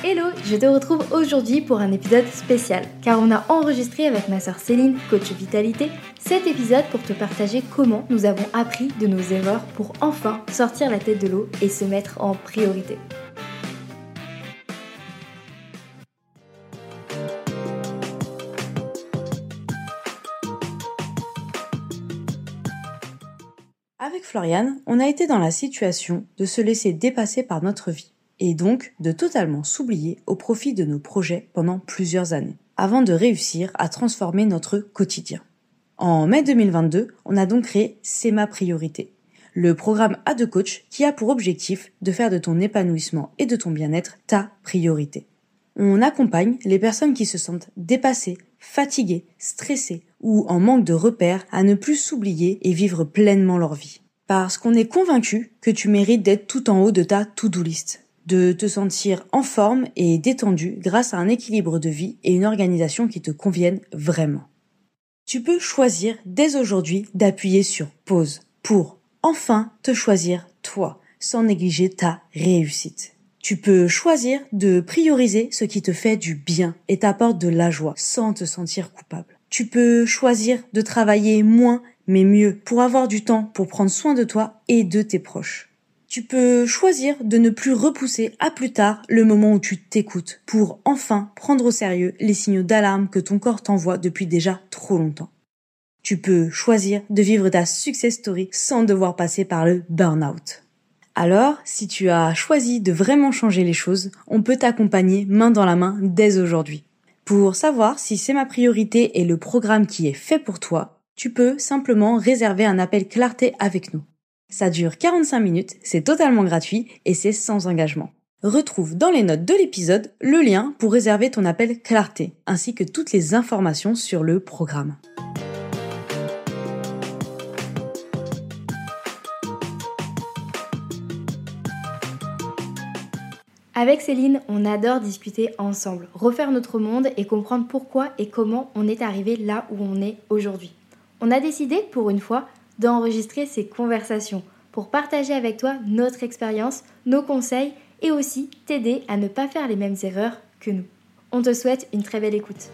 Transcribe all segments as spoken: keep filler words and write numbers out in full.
Hello, je te retrouve aujourd'hui pour un épisode spécial, car on a enregistré avec ma sœur Céline, coach vitalité, cet épisode pour te partager comment nous avons appris de nos erreurs pour enfin sortir la tête de l'eau et se mettre en priorité. Avec Floriane, on a été dans la situation de se laisser dépasser par notre vie et donc de totalement s'oublier au profit de nos projets pendant plusieurs années, avant de réussir à transformer notre quotidien. En mai deux mille vingt-deux, on a donc créé C'est ma priorité, le programme A deux Coach qui a pour objectif de faire de ton épanouissement et de ton bien-être ta priorité. On accompagne les personnes qui se sentent dépassées, fatiguées, stressées ou en manque de repères à ne plus s'oublier et vivre pleinement leur vie. Parce qu'on est convaincu que tu mérites d'être tout en haut de ta to-do list, de te sentir en forme et détendu grâce à un équilibre de vie et une organisation qui te conviennent vraiment. Tu peux choisir dès aujourd'hui d'appuyer sur pause pour enfin te choisir toi, sans négliger ta réussite. Tu peux choisir de prioriser ce qui te fait du bien et t'apporte de la joie sans te sentir coupable. Tu peux choisir de travailler moins mais mieux pour avoir du temps pour prendre soin de toi et de tes proches. Tu peux choisir de ne plus repousser à plus tard le moment où tu t'écoutes pour enfin prendre au sérieux les signaux d'alarme que ton corps t'envoie depuis déjà trop longtemps. Tu peux choisir de vivre ta success story sans devoir passer par le burn-out. Alors, si tu as choisi de vraiment changer les choses, on peut t'accompagner main dans la main dès aujourd'hui. Pour savoir si C'est ma priorité est le programme qui est fait pour toi, tu peux simplement réserver un appel clarté avec nous. Ça dure quarante-cinq minutes, c'est totalement gratuit et c'est sans engagement. Retrouve dans les notes de l'épisode le lien pour réserver ton appel clarté, ainsi que toutes les informations sur le programme. Avec Céline, on adore discuter ensemble, refaire notre monde et comprendre pourquoi et comment on est arrivé là où on est aujourd'hui. On a décidé, pour une fois, d'enregistrer ces conversations pour partager avec toi notre expérience, nos conseils et aussi t'aider à ne pas faire les mêmes erreurs que nous. On te souhaite une très belle écoute.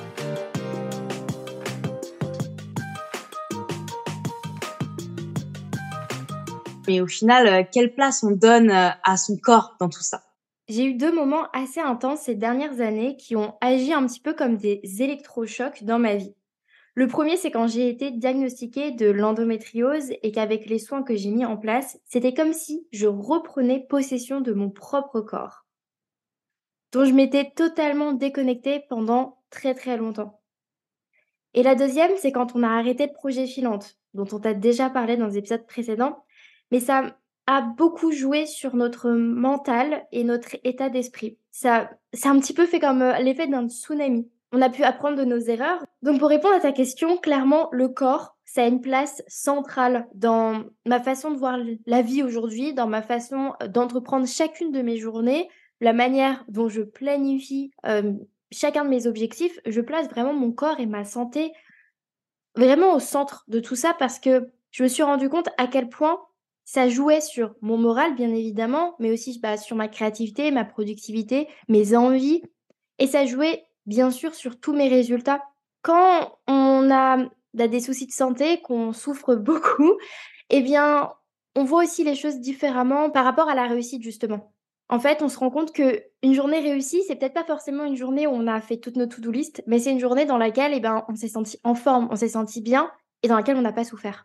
Mais au final, quelle place on donne à son corps dans tout ça ? J'ai eu deux moments assez intenses ces dernières années qui ont agi un petit peu comme des électrochocs dans ma vie. Le premier, c'est quand j'ai été diagnostiquée de l'endométriose et qu'avec les soins que j'ai mis en place, c'était comme si je reprenais possession de mon propre corps, dont je m'étais totalement déconnectée pendant très très longtemps. Et la deuxième, c'est quand on a arrêté le projet Filante, dont on t'a déjà parlé dans les épisodes précédents, mais ça a beaucoup joué sur notre mental et notre état d'esprit. Ça, c'est un petit peu fait comme euh, l'effet d'un tsunami. On a pu apprendre de nos erreurs. Donc pour répondre à ta question, clairement, le corps, ça a une place centrale dans ma façon de voir la vie aujourd'hui, dans ma façon d'entreprendre chacune de mes journées, la manière dont je planifie euh, chacun de mes objectifs. Je place vraiment mon corps et ma santé vraiment au centre de tout ça parce que je me suis rendu compte à quel point ça jouait sur mon moral, bien évidemment, mais aussi bah, sur ma créativité, ma productivité, mes envies. Et ça jouait, bien sûr, sur tous mes résultats. Quand on a bah, des soucis de santé, qu'on souffre beaucoup, eh bien, on voit aussi les choses différemment par rapport à la réussite, justement. En fait, on se rend compte qu'une journée réussie, c'est peut-être pas forcément une journée où on a fait toutes nos to-do list, mais c'est une journée dans laquelle eh ben, on s'est senti en forme, on s'est senti bien et dans laquelle on n'a pas souffert.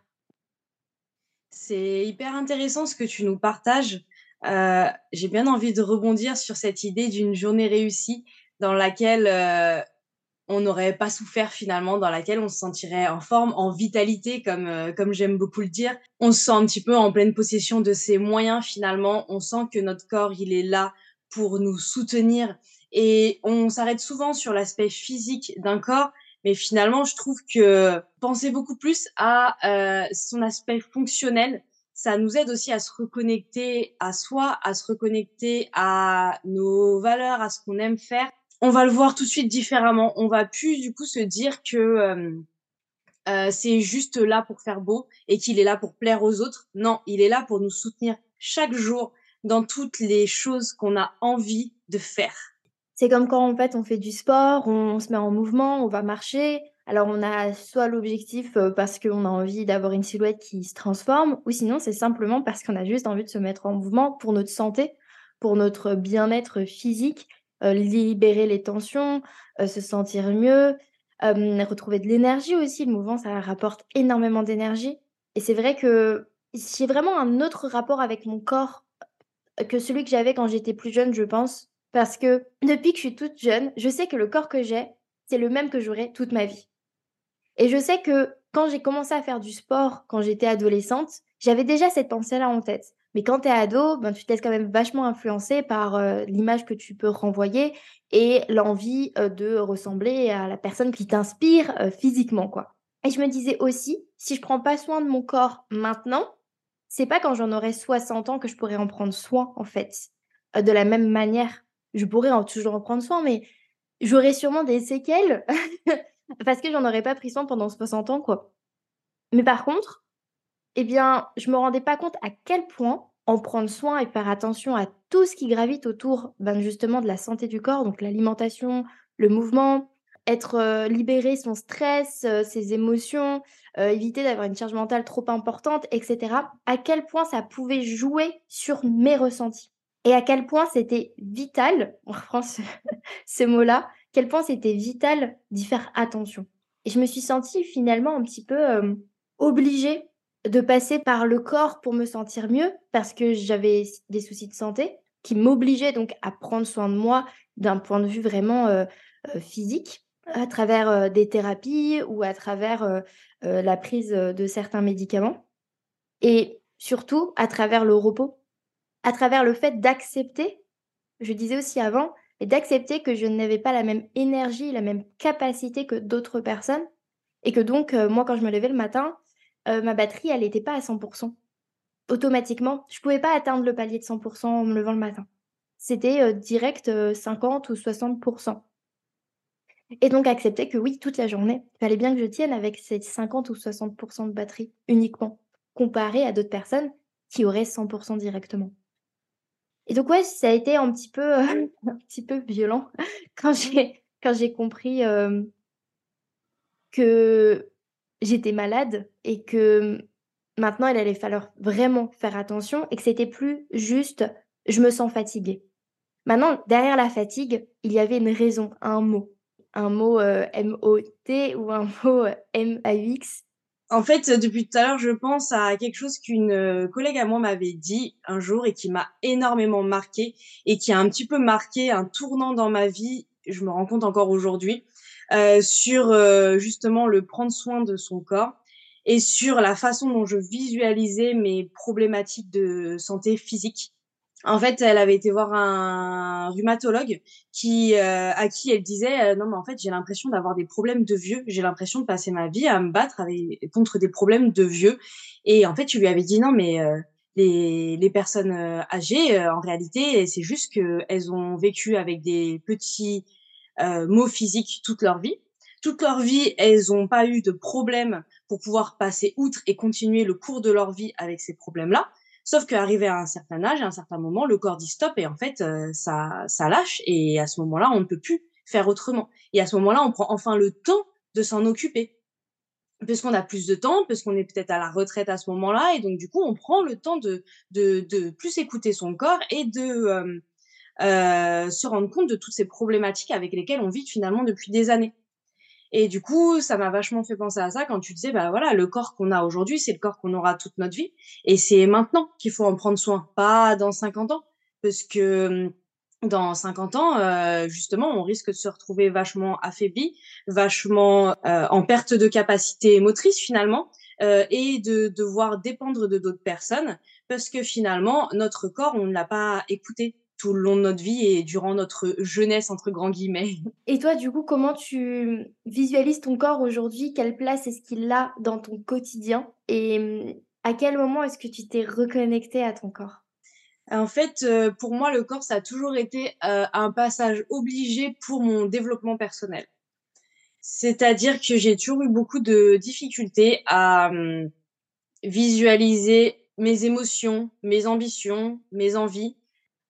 C'est hyper intéressant ce que tu nous partages. Euh, j'ai bien envie de rebondir sur cette idée d'une journée réussie dans laquelle euh, on n'aurait pas souffert finalement, dans laquelle on se sentirait en forme, en vitalité, comme, euh, comme j'aime beaucoup le dire. On se sent un petit peu en pleine possession de ses moyens finalement. On sent que notre corps, il est là pour nous soutenir. Et on s'arrête souvent sur l'aspect physique d'un corps, mais finalement, je trouve que penser beaucoup plus à euh, son aspect fonctionnel, ça nous aide aussi à se reconnecter à soi, à se reconnecter à nos valeurs, à ce qu'on aime faire. On va le voir tout de suite différemment. On va plus du coup se dire que euh, euh, c'est juste là pour faire beau et qu'il est là pour plaire aux autres. Non, il est là pour nous soutenir chaque jour dans toutes les choses qu'on a envie de faire. C'est comme quand en fait on fait du sport, on se met en mouvement, on va marcher. Alors on a soit l'objectif euh, parce qu'on a envie d'avoir une silhouette qui se transforme, ou sinon c'est simplement parce qu'on a juste envie de se mettre en mouvement pour notre santé, pour notre bien-être physique, euh, libérer les tensions, euh, se sentir mieux, euh, retrouver de l'énergie aussi. Le mouvement, ça rapporte énormément d'énergie. Et c'est vrai que j'ai vraiment un autre rapport avec mon corps que celui que j'avais quand j'étais plus jeune, je pense. Parce que depuis que je suis toute jeune, je sais que le corps que j'ai, c'est le même que j'aurai toute ma vie. Et je sais que quand j'ai commencé à faire du sport, quand j'étais adolescente, j'avais déjà cette pensée-là en tête. Mais quand tu es ado, ben, tu te laisses quand même vachement influencer par euh, l'image que tu peux renvoyer et l'envie euh, de ressembler à la personne qui t'inspire euh, physiquement, quoi. Et je me disais aussi, si je prends pas soin de mon corps maintenant, c'est pas quand j'en aurai soixante ans que je pourrai en prendre soin, en fait. Heu, de la même manière, je pourrais en toujours en prendre soin, mais j'aurai sûrement des séquelles parce que j'en aurais pas pris soin pendant soixante ans, quoi. Mais par contre, eh bien, je me rendais pas compte à quel point en prendre soin et faire attention à tout ce qui gravite autour, ben, justement de la santé du corps, donc l'alimentation, le mouvement, être, heu, libérer son stress, heu, ses émotions, heu, éviter d'avoir une charge mentale trop importante et cetera. À quel point ça pouvait jouer sur mes ressentis et à quel point c'était vital, on reprend ce ce mot-là, quel point c'était vital d'y faire attention et je me suis sentie finalement un petit peu, hem, obligée de passer par le corps pour me sentir mieux, parce que j'avais s des soucis de santé qui m'obligeaient donc à prendre soin de moi d'un point de vue vraiment, heu heu, physique, à travers, heu, des thérapies ou à travers, heu heu, la prise, heu, de certains médicaments et surtout à travers le repos, à travers le fait d'accepter, je disais aussi avant, et d'accepter que je n'avais pas la même énergie, la même capacité que d'autres personnes et que donc, heu, moi quand je me levais le matin, heu, ma batterie elle était pas à cent pour cent. Automatiquement, je pouvais pas atteindre le palier de cent pour cent en me levant le matin. C'était, heu, direct, heu, cinquante ou soixante pour cent et donc accepter que oui, toute la journée, il fallait bien que je tienne avec ces cinquante ou soixante pour cent de batterie uniquement, comparé à d'autres personnes qui auraient cent pour cent directement. Et donc ouais, ça a été un petit peu, heu, un petit peu violent quand j'ai quand j'ai compris, hem, que j'étais malade et que, maintenant il allait falloir vraiment faire attention et que c'était plus juste: «Je me sens fatiguée». Maintenant, derrière la fatigue, il y avait une raison, un mot. Un mot, heu, M O T ou un mot, heu, M A U X. En fait, depuis tout à l'heure, je pense à quelque chose qu'une, heu, collègue à moi m'avait dit un jour et qui m'a énormément marquée et qui a un petit peu marqué un tournant dans ma vie, je me rends compte encore aujourd'hui, heu, sur, heu, justement le prendre soin de son corps et sur la façon dont je visualisais mes problématiques de santé physique. En fait, elle avait été voir un rhumatologue qui, heu, à qui elle disait, heu: «Non, mais en fait, j'ai l'impression d'avoir des problèmes de vieux. J'ai l'impression de passer ma vie à me battre avec contre des problèmes de vieux» et en fait, je lui avais dit: «Non, mais heu, les les personnes, heu, âgées, heu, en réalité, c'est juste qu'elles ont vécu avec des petits, heu, maux physiques toute leur vie. Toute leur vie, elles ont pas eu de problème pour pouvoir passer outre et continuer le cours de leur vie avec ces problèmes-là. Sauf qu'arrivé à un certain âge, à un certain moment, le corps dit stop et en fait, heu, ça ça lâche et à ce moment-là, on ne peut plus faire autrement et à ce moment-là, on prend enfin le temps de s'en occuper. Parce qu'on a plus de temps, parce qu'on est peut-être à la retraite à ce moment-là et donc du coup, on prend le temps de de de plus écouter son corps et de, hem, heu, se rendre compte de toutes ces problématiques avec lesquelles on vit finalement depuis des années. Et du coup, ça m'a vachement fait penser à ça quand tu disais, bah voilà, le corps qu'on a aujourd'hui, c'est le corps qu'on aura toute notre vie. Et c'est maintenant qu'il faut en prendre soin, pas dans cinquante ans. Parce que hum, dans cinquante ans, euh, justement, on risque de se retrouver vachement affaibli, vachement euh, en perte de capacité motrice finalement, euh, et de devoir dépendre de d'autres personnes, parce que finalement, notre corps, on ne l'a pas écouté tout le long de notre vie et durant notre jeunesse, entre grands guillemets. Et toi, du coup, comment tu visualises ton corps aujourd'hui? Quelle place est-ce qu'il a dans ton quotidien? Et mmh, à quel moment est-ce que tu t'es reconnecté à ton corps? En fait, heu, pour moi, le corps, ça a toujours été, heu, un passage obligé pour mon développement personnel. C'est-à-dire que j'ai toujours eu beaucoup de difficultés à, mmh, visualiser mes émotions, mes ambitions, mes envies,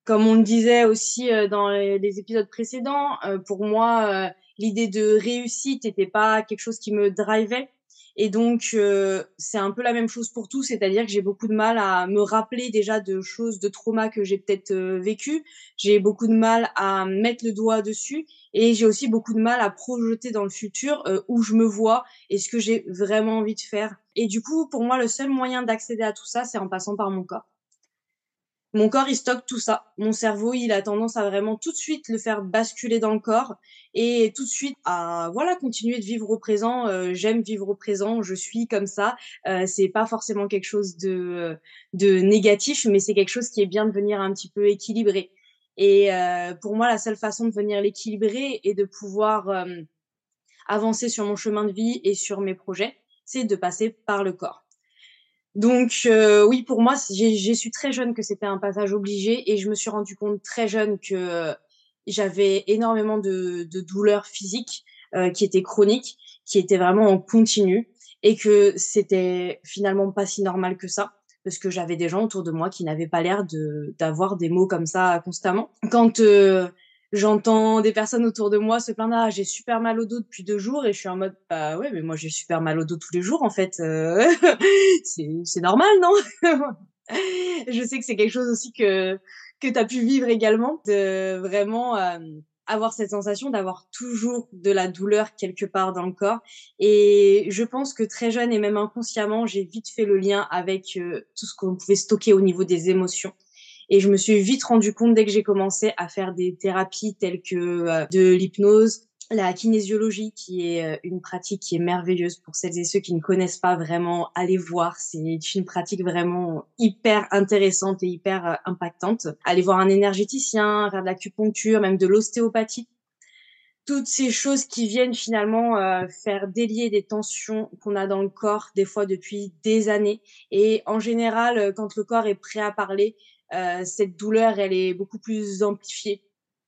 Comme on le disait aussi euh, dans les, les épisodes précédents, euh, pour moi, euh, l'idée de réussite n'était pas quelque chose qui me drivait. Et donc, euh, c'est un peu la même chose pour tout, c'est-à-dire que j'ai beaucoup de mal à me rappeler déjà de choses, de traumas que j'ai peut-être euh, vécu. J'ai beaucoup de mal à mettre le doigt dessus et j'ai aussi beaucoup de mal à projeter dans le futur euh, où je me vois et ce que j'ai vraiment envie de faire. Et du coup, pour moi, le seul moyen d'accéder à tout ça, c'est en passant par mon corps. Mon corps, il stocke tout ça. Mon cerveau, il a tendance à vraiment tout de suite le faire basculer dans le corps et tout de suite à voilà continuer de vivre au présent. Euh, j'aime vivre au présent, je suis comme ça. Euh, c'est pas forcément quelque chose de de négatif, mais c'est quelque chose qui est bien de venir un petit peu équilibrer. Et euh, pour moi, la seule façon de venir l'équilibrer et de pouvoir euh, avancer sur mon chemin de vie et sur mes projets, c'est de passer par le corps. Donc euh, oui, pour moi, j'ai, j'ai su très jeune que c'était un passage obligé et je me suis rendu compte très jeune que euh, j'avais énormément de, de douleurs physiques euh, qui étaient chroniques, qui étaient vraiment en continu et que c'était finalement pas si normal que ça parce que j'avais des gens autour de moi qui n'avaient pas l'air de d'avoir des mots comme ça constamment. Quand euh, j'entends des personnes autour de moi se plaindre, ah, j'ai super mal au dos depuis deux jours et je suis en mode, bah ouais, mais moi j'ai super mal au dos tous les jours en fait. Euh... c'est, c'est normal, non? Je sais que c'est quelque chose aussi que, que tu as pu vivre également, de vraiment euh, avoir cette sensation d'avoir toujours de la douleur quelque part dans le corps. Et je pense que très jeune et même inconsciemment, j'ai vite fait le lien avec euh, tout ce qu'on pouvait stocker au niveau des émotions. Et je me suis vite rendu compte dès que j'ai commencé à faire des thérapies telles que euh, de l'hypnose, la kinésiologie, qui est euh, une pratique qui est merveilleuse pour celles et ceux qui ne connaissent pas vraiment, allez voir, c'est une pratique vraiment hyper intéressante et hyper euh, impactante. Allez voir un énergéticien, faire de l'acupuncture, même de l'ostéopathie. Toutes ces choses qui viennent finalement euh, faire délier des tensions qu'on a dans le corps, des fois depuis des années. Et en général, euh, quand le corps est prêt à parler, euh, cette douleur, elle est beaucoup plus amplifiée.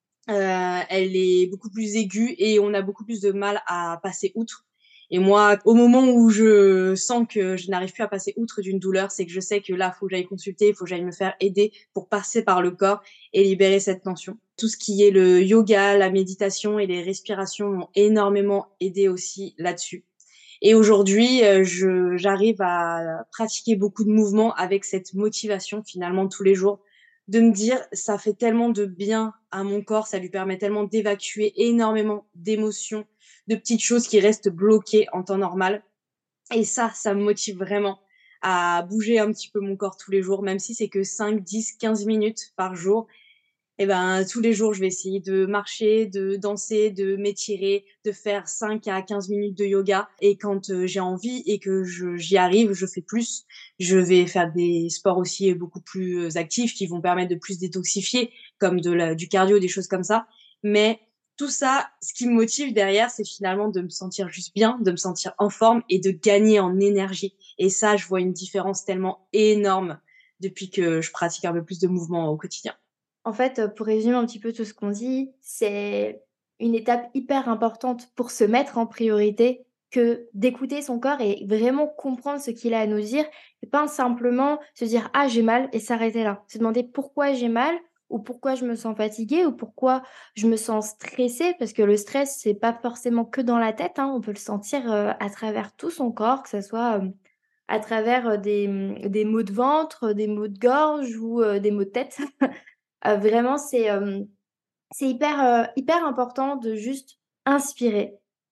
Euh, elle est beaucoup plus aiguë et on a beaucoup plus de mal à passer outre. Et moi, au moment où je sens que je n'arrive plus à passer outre d'une douleur, c'est que je sais que là, il faut que j'aille consulter, il faut que j'aille me faire aider pour passer par le corps et libérer cette tension. Tout ce qui est le yoga, la méditation et les respirations m'ont énormément aidé aussi là-dessus. Et aujourd'hui, euh, je, j'arrive à pratiquer beaucoup de mouvements avec cette motivation finalement tous les jours de me dire ça fait tellement de bien à mon corps, ça lui permet tellement d'évacuer énormément d'émotions, de petites choses qui restent bloquées en temps normal. Et ça, ça me motive vraiment à bouger un petit peu mon corps tous les jours, même si c'est que cinq, dix, quinze minutes par jour. Et ben, tous les jours, je vais essayer de marcher, de danser, de m'étirer, de faire cinq à quinze minutes de yoga. Et quand euh, j'ai envie et que je, j'y arrive, je fais plus. Je vais faire des sports aussi beaucoup plus actifs qui vont permettre de plus détoxifier, comme de la, du cardio, des choses comme ça. Mais tout ça, ce qui me motive derrière, c'est finalement de me sentir juste bien, de me sentir en forme et de gagner en énergie. Et ça, je vois une différence tellement énorme depuis que je pratique un peu plus de mouvement au quotidien. En fait, pour résumer un petit peu tout ce qu'on dit, c'est une étape hyper importante pour se mettre en priorité que d'écouter son corps et vraiment comprendre ce qu'il a à nous dire et pas simplement se dire: «Ah, j'ai mal» et s'arrêter là. Se demander pourquoi j'ai mal ou pourquoi je me sens fatiguée ou pourquoi je me sens stressée parce que le stress, c'est pas forcément que dans la tête, hein, on peut le sentir, heu, à travers tout son corps, que ça soit, hem, à travers, heu, des, mmh, des maux de ventre, des maux de gorge ou, heu, des maux de tête. Heu, vraiment, c'est, hem, c'est hyper, heu, hyper important de juste inspirer,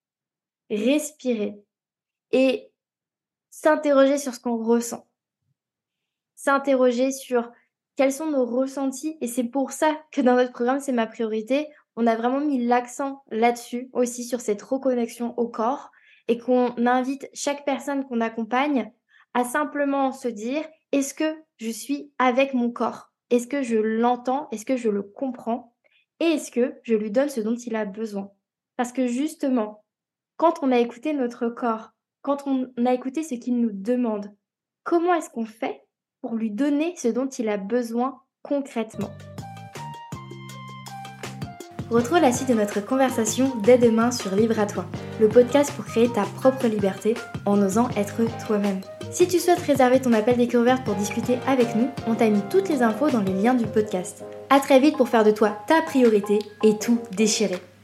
respirer et s'interroger sur ce qu'on ressent. S'interroger sur quels sont nos ressentis et c'est pour ça que dans notre programme «C'est ma priorité», on a vraiment mis l'accent là-dessus, aussi sur cette reconnexion au corps et qu'on invite chaque personne qu'on accompagne à simplement se dire: «Est-ce que je suis avec mon corps? Est-ce que je l'entends? Est-ce que je le comprends? Et est-ce que je lui donne ce dont il a besoin?» Parce que justement, quand on a écouté notre corps, quand on a écouté ce qu'il nous demande, comment est-ce qu'on fait pour lui donner ce dont il a besoin concrètement? Retrouve la suite de notre conversation dès demain sur Libre à toi, le podcast pour créer ta propre liberté en osant être toi-même. Si tu souhaites réserver ton appel découverte pour discuter avec nous, on t'a mis toutes les infos dans les liens du podcast. À très vite pour faire de toi ta priorité et tout déchirer.